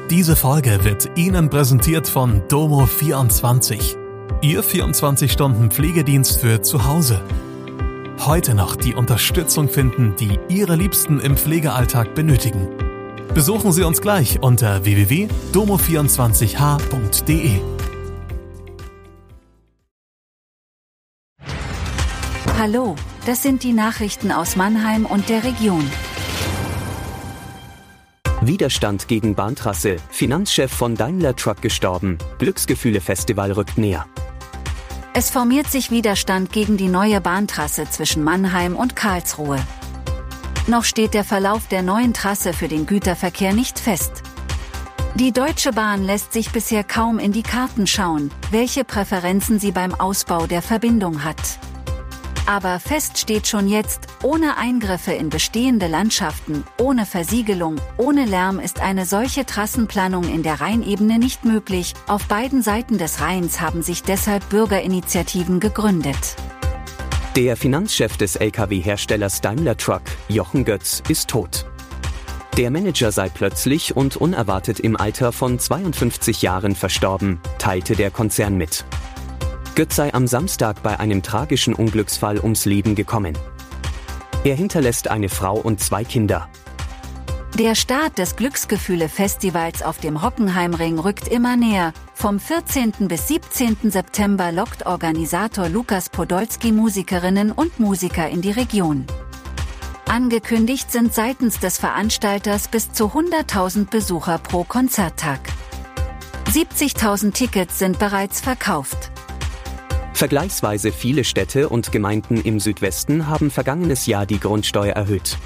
Diese Folge wird Ihnen präsentiert von Domo24. Ihr 24-Stunden-Pflegedienst für zu Hause. Heute noch die Unterstützung finden, die Ihre Liebsten im Pflegealltag benötigen. Besuchen Sie uns gleich unter www.domo24h.de. Hallo, das sind die Nachrichten aus Mannheim und der Region. Widerstand gegen Bahntrasse, Finanzchef von Daimler Truck gestorben, Glücksgefühle-Festival rückt näher. Es formiert sich Widerstand gegen die neue Bahntrasse zwischen Mannheim und Karlsruhe. Noch steht der Verlauf der neuen Trasse für den Güterverkehr nicht fest. Die Deutsche Bahn lässt sich bisher kaum in die Karten schauen, welche Präferenzen sie beim Ausbau der Verbindung hat. Aber fest steht schon jetzt, ohne Eingriffe in bestehende Landschaften, ohne Versiegelung, ohne Lärm ist eine solche Trassenplanung in der Rheinebene nicht möglich. Auf beiden Seiten des Rheins haben sich deshalb Bürgerinitiativen gegründet. Der Finanzchef des Lkw-Herstellers Daimler Truck, Jochen Götz, ist tot. Der Manager sei plötzlich und unerwartet im Alter von 52 Jahren verstorben, teilte der Konzern mit. Götz sei am Samstag bei einem tragischen Unglücksfall ums Leben gekommen. Er hinterlässt eine Frau und 2 Kinder. Der Start des Glücksgefühle-Festivals auf dem Hockenheimring rückt immer näher. Vom 14. bis 17. September lockt Organisator Lukas Podolski Musikerinnen und Musiker in die Region. Angekündigt sind seitens des Veranstalters bis zu 100.000 Besucher pro Konzerttag. 70.000 Tickets sind bereits verkauft. Vergleichsweise viele Städte und Gemeinden im Südwesten haben vergangenes Jahr die Grundsteuer erhöht.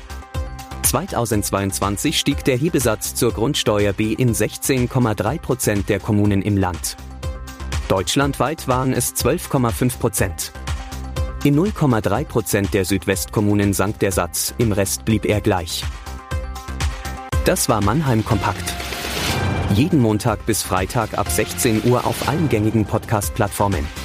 2022 stieg der Hebesatz zur Grundsteuer B in 16,3% der Kommunen im Land. Deutschlandweit waren es 12,5%. In 0,3% der Südwestkommunen sank der Satz, im Rest blieb er gleich. Das war Mannheim Kompakt. Jeden Montag bis Freitag ab 16 Uhr auf allen gängigen Podcast-Plattformen.